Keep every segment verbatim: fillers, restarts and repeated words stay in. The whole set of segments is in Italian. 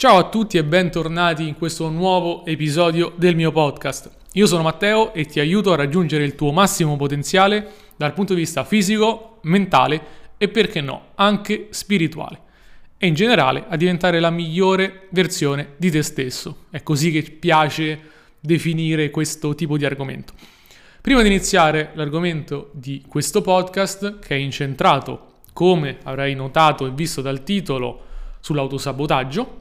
Ciao a tutti e bentornati in questo nuovo episodio del mio podcast. Io sono Matteo e ti aiuto a raggiungere il tuo massimo potenziale dal punto di vista fisico, mentale e perché no, anche spirituale. E in generale a diventare la migliore versione di te stesso. È così che piace definire questo tipo di argomento. Prima di iniziare l'argomento di questo podcast, che è incentrato, come avrai notato e visto dal titolo, sull'autosabotaggio,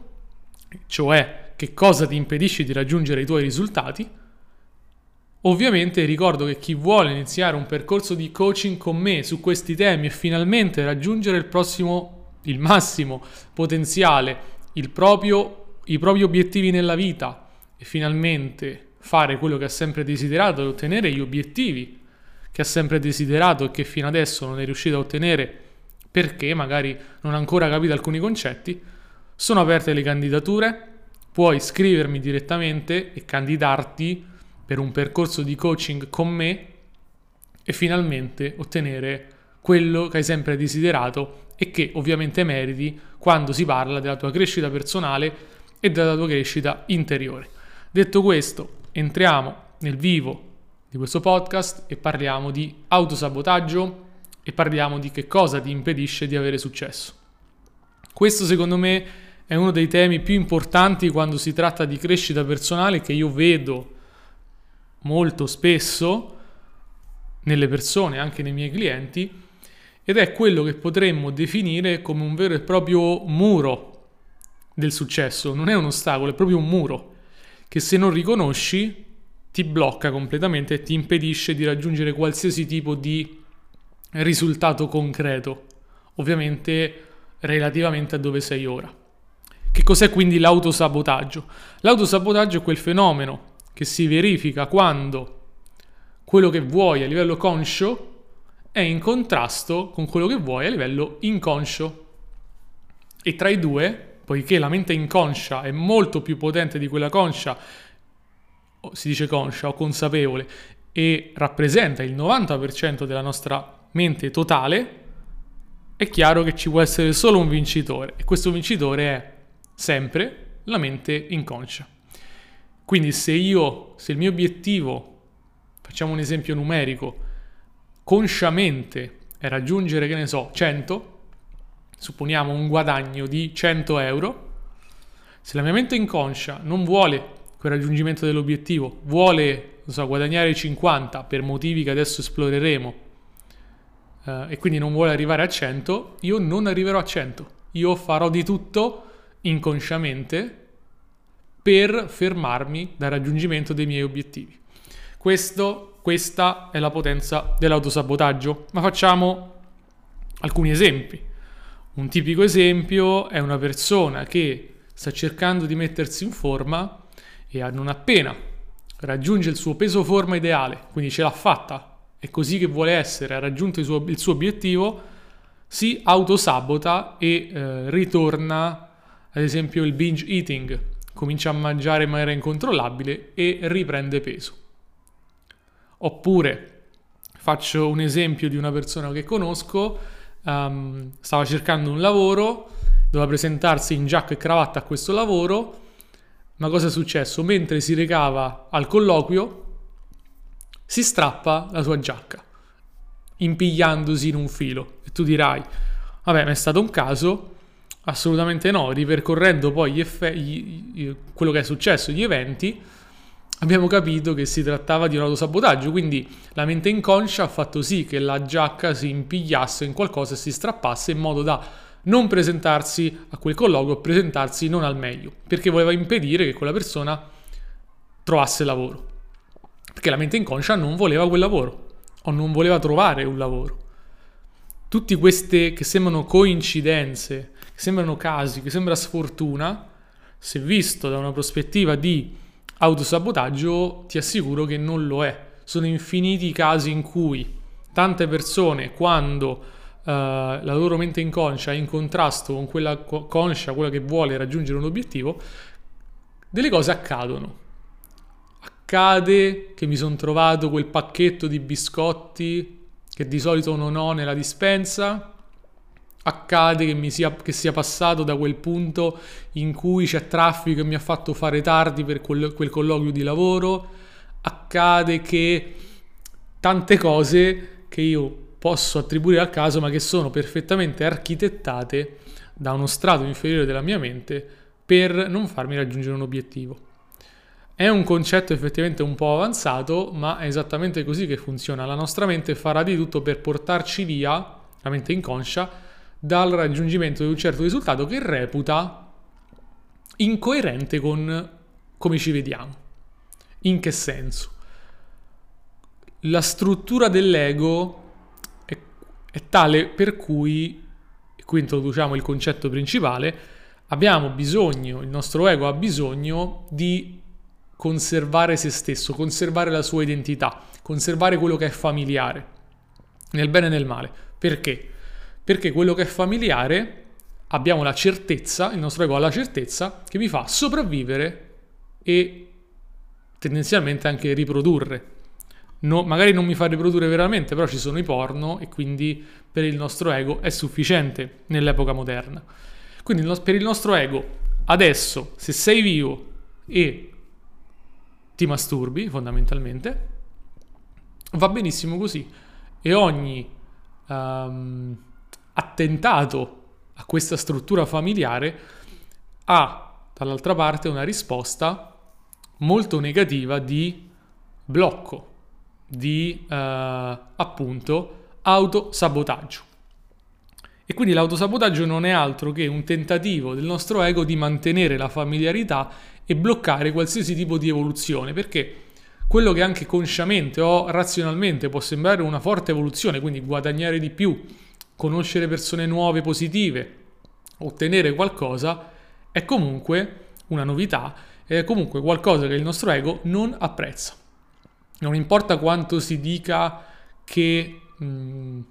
cioè che cosa ti impedisce di raggiungere i tuoi risultati, ovviamente ricordo che chi vuole iniziare un percorso di coaching con me su questi temi e finalmente raggiungere il prossimo, il massimo potenziale, il proprio, i propri obiettivi nella vita e finalmente fare quello che ha sempre desiderato e ottenere gli obiettivi che ha sempre desiderato e che fino adesso non è riuscito a ottenere perché magari non ha ancora capito alcuni concetti, sono aperte le candidature, puoi scrivermi direttamente e candidarti per un percorso di coaching con me e finalmente ottenere quello che hai sempre desiderato e che ovviamente meriti quando si parla della tua crescita personale e della tua crescita interiore. Detto questo, entriamo nel vivo di questo podcast e parliamo di autosabotaggio e parliamo di che cosa ti impedisce di avere successo. Questo secondo me è uno dei temi più importanti quando si tratta di crescita personale che io vedo molto spesso nelle persone, anche nei miei clienti, ed è quello che potremmo definire come un vero e proprio muro del successo. Non è un ostacolo, è proprio un muro che se non riconosci ti blocca completamente e ti impedisce di raggiungere qualsiasi tipo di risultato concreto, ovviamente relativamente a dove sei ora. Che cos'è quindi l'autosabotaggio? L'autosabotaggio è quel fenomeno che si verifica quando quello che vuoi a livello conscio è in contrasto con quello che vuoi a livello inconscio. E tra i due, poiché la mente inconscia è molto più potente di quella conscia, si dice conscia o consapevole, e rappresenta il novanta per cento della nostra mente totale, è chiaro che ci può essere solo un vincitore e questo vincitore è sempre la mente inconscia. Quindi se io, se il mio obiettivo, facciamo un esempio numerico, consciamente è raggiungere, che ne so, cento, supponiamo un guadagno di cento euro, se la mia mente inconscia non vuole quel raggiungimento dell'obiettivo, vuole, non so, guadagnare cinquanta per motivi che adesso esploreremo, eh, e quindi non vuole arrivare a cento, io non arriverò a cento. Io farò di tutto inconsciamente per fermarmi dal raggiungimento dei miei obiettivi. Questo, questa è la potenza dell'autosabotaggio. Ma facciamo alcuni esempi. Un tipico esempio è una persona che sta cercando di mettersi in forma e non appena raggiunge il suo peso forma ideale, quindi ce l'ha fatta, è così che vuole essere, ha raggiunto il suo, il suo obiettivo, si autosabota e eh, ritorna ad esempio il binge eating, comincia a mangiare in maniera incontrollabile e riprende peso. Oppure faccio un esempio di una persona che conosco, um, stava cercando un lavoro, doveva presentarsi in giacca e cravatta a questo lavoro, ma cosa è successo? Mentre si recava al colloquio si strappa la sua giacca, impigliandosi in un filo. E tu dirai, vabbè, ma è stato un caso? Assolutamente no. Ripercorrendo poi gli effe- gli, gli, quello che è successo, gli eventi, abbiamo capito che si trattava di un autosabotaggio, quindi la mente inconscia ha fatto sì che la giacca si impigliasse in qualcosa e si strappasse in modo da non presentarsi a quel colloquio, presentarsi non al meglio, perché voleva impedire che quella persona trovasse lavoro, perché la mente inconscia non voleva quel lavoro o non voleva trovare un lavoro. Tutte queste che sembrano coincidenze, che sembrano casi, che sembra sfortuna, se visto da una prospettiva di autosabotaggio, ti assicuro che non lo è. Sono infiniti i casi in cui tante persone, quando uh, la loro mente inconscia è in contrasto con quella conscia, quella che vuole raggiungere un obiettivo, delle cose accadono. Accade che mi sono trovato quel pacchetto di biscotti che di solito non ho nella dispensa, accade che, mi sia, che sia passato da quel punto in cui c'è traffico e mi ha fatto fare tardi per quel, quel colloquio di lavoro, accade che tante cose che io posso attribuire al caso ma che sono perfettamente architettate da uno strato inferiore della mia mente per non farmi raggiungere un obiettivo. È un concetto effettivamente un po' avanzato, ma è esattamente così che funziona. La nostra mente farà di tutto per portarci via, la mente inconscia, dal raggiungimento di un certo risultato che reputa incoerente con come ci vediamo. In che senso? La struttura dell'ego è, è tale per cui, e qui introduciamo il concetto principale, abbiamo bisogno, il nostro ego ha bisogno di conservare se stesso, conservare la sua identità, conservare quello che è familiare, nel bene e nel male. Perché? Perché quello che è familiare abbiamo la certezza, il nostro ego ha la certezza che mi fa sopravvivere e tendenzialmente anche riprodurre. No, magari non mi fa riprodurre veramente, però ci sono i porno e quindi per il nostro ego è sufficiente nell'epoca moderna. Quindi per il nostro ego adesso, se sei vivo e ti masturbi fondamentalmente, va benissimo così, e ogni um, attentato a questa struttura familiare ha dall'altra parte una risposta molto negativa di blocco, di uh, appunto autosabotaggio. E quindi l'autosabotaggio non è altro che un tentativo del nostro ego di mantenere la familiarità e bloccare qualsiasi tipo di evoluzione, perché quello che anche consciamente o razionalmente può sembrare una forte evoluzione, quindi guadagnare di più, conoscere persone nuove positive, ottenere qualcosa, è comunque una novità, è comunque qualcosa che il nostro ego non apprezza. Non importa quanto si dica che mh,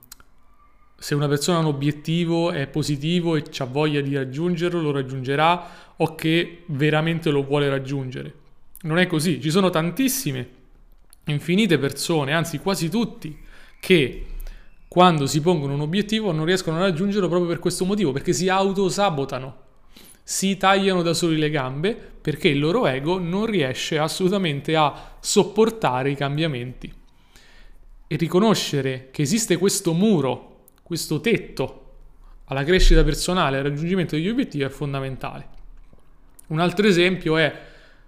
se una persona ha un obiettivo è positivo e ha voglia di raggiungerlo, lo raggiungerà, o che veramente lo vuole raggiungere. Non è così. Ci sono tantissime, infinite persone, anzi quasi tutti, che quando si pongono un obiettivo non riescono a raggiungerlo proprio per questo motivo, perché si autosabotano, si tagliano da soli le gambe, perché il loro ego non riesce assolutamente a sopportare i cambiamenti. E riconoscere che esiste questo muro, questo tetto alla crescita personale, al raggiungimento degli obiettivi è fondamentale. Un altro esempio è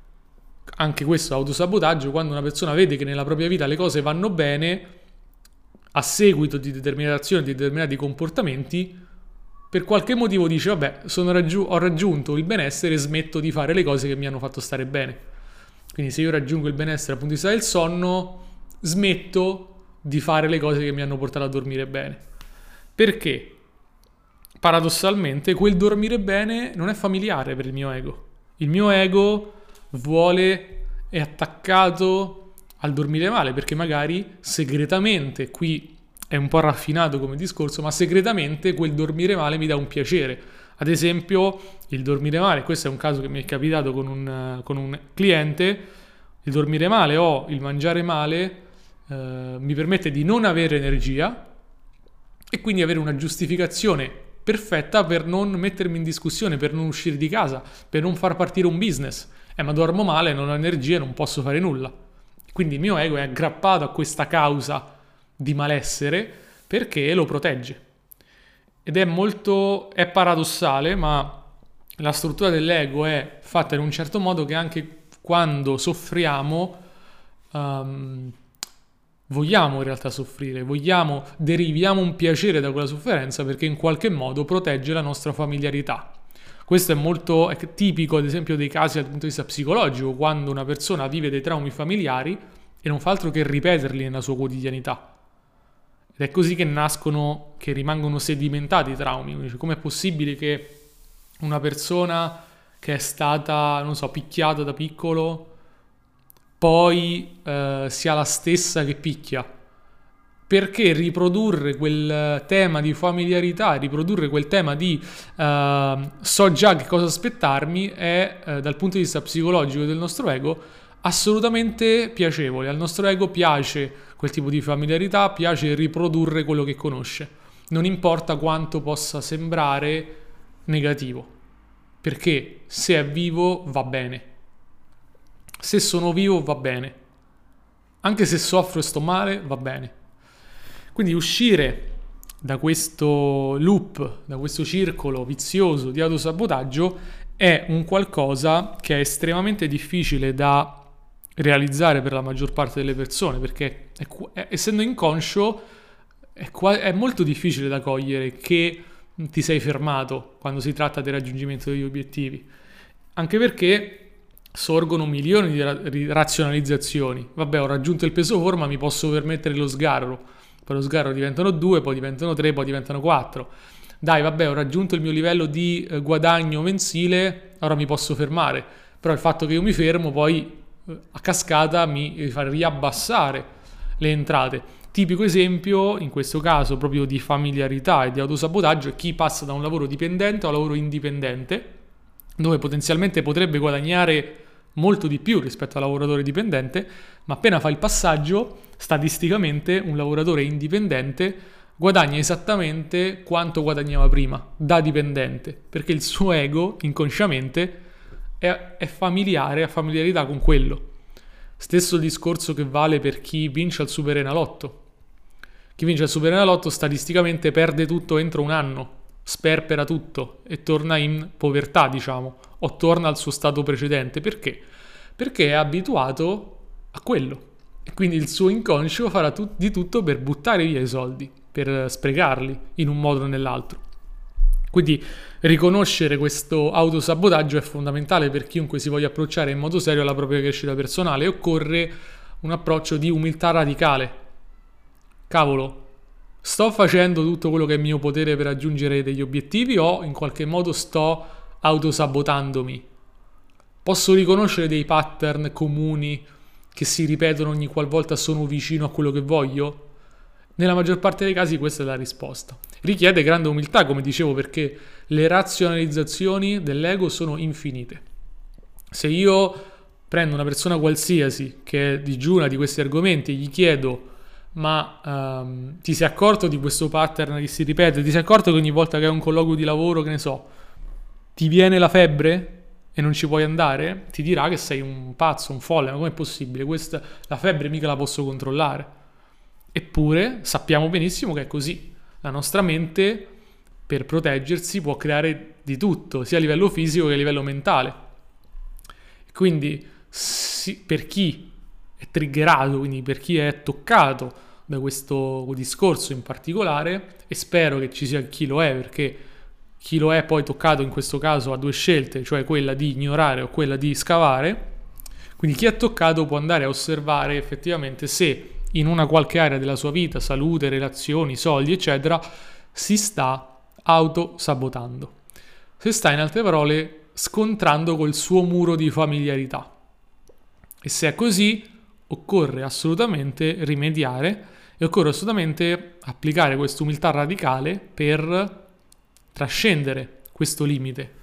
anche questo autosabotaggio, quando una persona vede che nella propria vita le cose vanno bene a seguito di determinate azioni, di determinati comportamenti, per qualche motivo dice vabbè, sono raggiu- ho raggiunto il benessere e smetto di fare le cose che mi hanno fatto stare bene. Quindi se io raggiungo il benessere dal punto di vista del sonno, smetto di fare le cose che mi hanno portato a dormire bene. Perché? Paradossalmente quel dormire bene non è familiare per il mio ego. Il mio ego vuole, è attaccato al dormire male, perché magari segretamente, qui è un po' raffinato come discorso, ma segretamente quel dormire male mi dà un piacere. Ad esempio, il dormire male, questo è un caso che mi è capitato con un, con un cliente, il dormire male o il mangiare male eh, mi permette di non avere energia e quindi avere una giustificazione perfetta per non mettermi in discussione, per non uscire di casa, per non far partire un business. Eh, ma dormo male, non ho energia, non posso fare nulla. Quindi il mio ego è aggrappato a questa causa di malessere perché lo protegge. Ed è molto, è paradossale, ma la struttura dell'ego è fatta in un certo modo che anche quando soffriamo um, vogliamo in realtà soffrire, vogliamo, deriviamo un piacere da quella sofferenza perché in qualche modo protegge la nostra familiarità. Questo è molto è tipico, ad esempio, dei casi dal punto di vista psicologico, quando una persona vive dei traumi familiari e non fa altro che ripeterli nella sua quotidianità. Ed è così che nascono, che rimangono sedimentati i traumi. Quindi, com'è possibile che una persona che è stata, non so, picchiata da piccolo poi eh, sia la stessa che picchia? Perché riprodurre quel tema di familiarità, riprodurre quel tema di uh, so già che cosa aspettarmi è, uh, dal punto di vista psicologico del nostro ego, assolutamente piacevole. Al nostro ego piace quel tipo di familiarità, piace riprodurre quello che conosce. non importa quanto possa sembrare negativo, perché se è vivo va bene, se sono vivo va bene, anche se soffro e sto male va bene. Quindi uscire da questo loop, da questo circolo vizioso di autosabotaggio è un qualcosa che è estremamente difficile da realizzare per la maggior parte delle persone, perché è, è, essendo inconscio è, è molto difficile da cogliere che ti sei fermato quando si tratta del raggiungimento degli obiettivi, anche perché sorgono milioni di, ra- di razionalizzazioni. Vabbè, ho raggiunto il peso forma, mi posso permettere lo sgarro, poi lo sgarro diventano due, poi diventano tre, poi diventano quattro. Dai, vabbè, ho raggiunto il mio livello di eh, guadagno mensile, ora mi posso fermare. Però il fatto che io mi fermo poi eh, a cascata mi fa riabbassare le entrate. Tipico esempio, in questo caso, proprio di familiarità e di autosabotaggio è chi passa da un lavoro dipendente a un lavoro indipendente, dove potenzialmente potrebbe guadagnare molto di più rispetto al lavoratore dipendente, ma appena fa il passaggio, statisticamente un lavoratore indipendente guadagna esattamente quanto guadagnava prima da dipendente, perché il suo ego inconsciamente è, è familiare, ha familiarità con quello. Stesso discorso che vale per chi vince al Superenalotto. Chi vince al Superenalotto statisticamente perde tutto entro un anno, sperpera tutto e torna in povertà, diciamo, o torna al suo stato precedente. Perché? Perché è abituato a quello. E quindi il suo inconscio farà tut- di tutto per buttare via i soldi, per sprecarli in un modo o nell'altro. Quindi riconoscere questo autosabotaggio è fondamentale per chiunque si voglia approcciare in modo serio alla propria crescita personale. Occorre un approccio di umiltà radicale. Cavolo, sto facendo tutto quello che è in mio potere per raggiungere degli obiettivi o in qualche modo sto autosabotandomi? Posso riconoscere dei pattern comuni che si ripetono ogni qualvolta sono vicino a quello che voglio? Nella maggior parte dei casi questa è la risposta. Richiede grande umiltà, come dicevo, perché le razionalizzazioni dell'ego sono infinite. Se io prendo una persona qualsiasi che è digiuna di questi argomenti e gli chiedo ma um, ti sei accorto di questo pattern che si ripete? Ti sei accorto che ogni volta che hai un colloquio di lavoro, che ne so, ti viene la febbre e non ci puoi andare? Ti dirà che sei un pazzo, un folle, ma com'è possibile? Questa, la febbre mica la posso controllare. Eppure sappiamo benissimo che è così. La nostra mente, per proteggersi, può creare di tutto, sia a livello fisico che a livello mentale. Quindi sì, per chi è triggerato, quindi per chi è toccato da questo discorso in particolare, e spero che ci sia chi lo è, perché chi lo è poi toccato in questo caso ha due scelte, cioè quella di ignorare o quella di scavare. Quindi chi è toccato può andare a osservare effettivamente se in una qualche area della sua vita, salute, relazioni, soldi, eccetera, si sta autosabotando. Se sta, in altre parole, scontrando col suo muro di familiarità. E se è così, occorre assolutamente rimediare e occorre assolutamente applicare questa umiltà radicale per trascendere questo limite.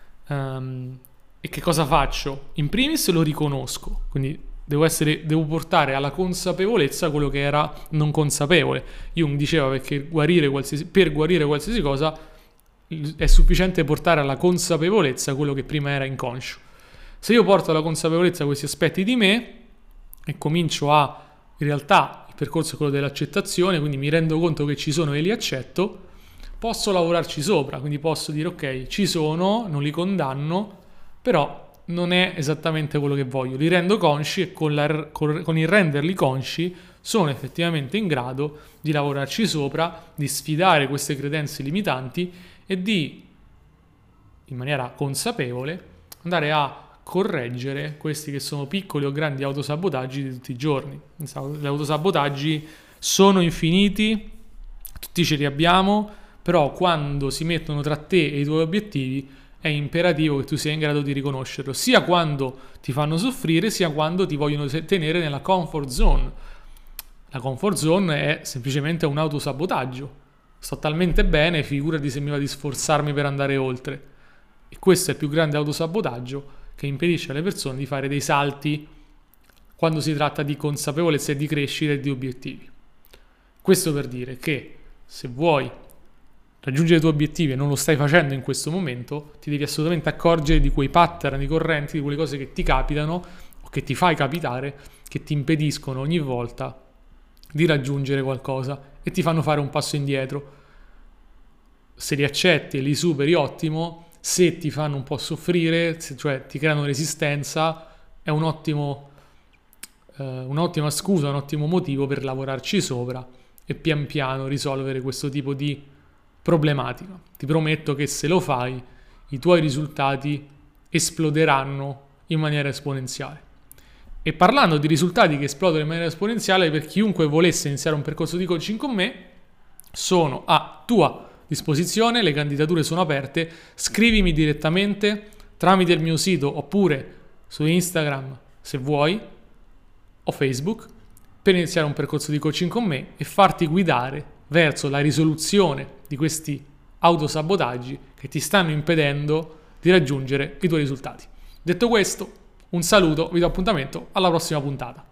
Um, e che cosa faccio? In primis lo riconosco, quindi devo, essere, devo portare alla consapevolezza quello che era non consapevole. Jung diceva perché guarire qualsiasi, per guarire qualsiasi cosa è sufficiente portare alla consapevolezza quello che prima era inconscio. Se io porto alla consapevolezza questi aspetti di me e comincio a, in realtà il percorso è quello dell'accettazione, quindi mi rendo conto che ci sono e li accetto, posso lavorarci sopra, quindi posso dire ok, ci sono, non li condanno, però non è esattamente quello che voglio, li rendo consci e con, la, con il renderli consci sono effettivamente in grado di lavorarci sopra, di sfidare queste credenze limitanti e di, in maniera consapevole, andare a correggere questi che sono piccoli o grandi autosabotaggi di tutti i giorni. Gli autosabotaggi sono infiniti, tutti ce li abbiamo, però quando si mettono tra te e i tuoi obiettivi è imperativo che tu sia in grado di riconoscerlo, sia quando ti fanno soffrire, sia quando ti vogliono tenere nella comfort zone. La comfort zone è semplicemente un autosabotaggio. Sto talmente bene, figurati se mi va di sforzarmi per andare oltre. E questo è il più grande autosabotaggio che impedisce alle persone di fare dei salti quando si tratta di consapevolezza e di crescita e di obiettivi. Questo per dire che se vuoi raggiungere i tuoi obiettivi e non lo stai facendo in questo momento, ti devi assolutamente accorgere di quei pattern, di correnti, di quelle cose che ti capitano o che ti fai capitare, che ti impediscono ogni volta di raggiungere qualcosa e ti fanno fare un passo indietro. Se li accetti e li superi, ottimo. Se ti fanno un po' soffrire, se, cioè ti creano resistenza, è un ottimo, eh, un'ottima scusa, un ottimo motivo per lavorarci sopra e pian piano risolvere questo tipo di problematica. Ti prometto che se lo fai, i tuoi risultati esploderanno in maniera esponenziale. E parlando di risultati che esplodono in maniera esponenziale, per chiunque volesse iniziare un percorso di coaching con me, sono a tua disposizione, le candidature sono aperte, scrivimi direttamente tramite il mio sito oppure su Instagram se vuoi o Facebook per iniziare un percorso di coaching con me e farti guidare verso la risoluzione di questi autosabotaggi che ti stanno impedendo di raggiungere i tuoi risultati. Detto questo, un saluto, vi do appuntamento alla prossima puntata.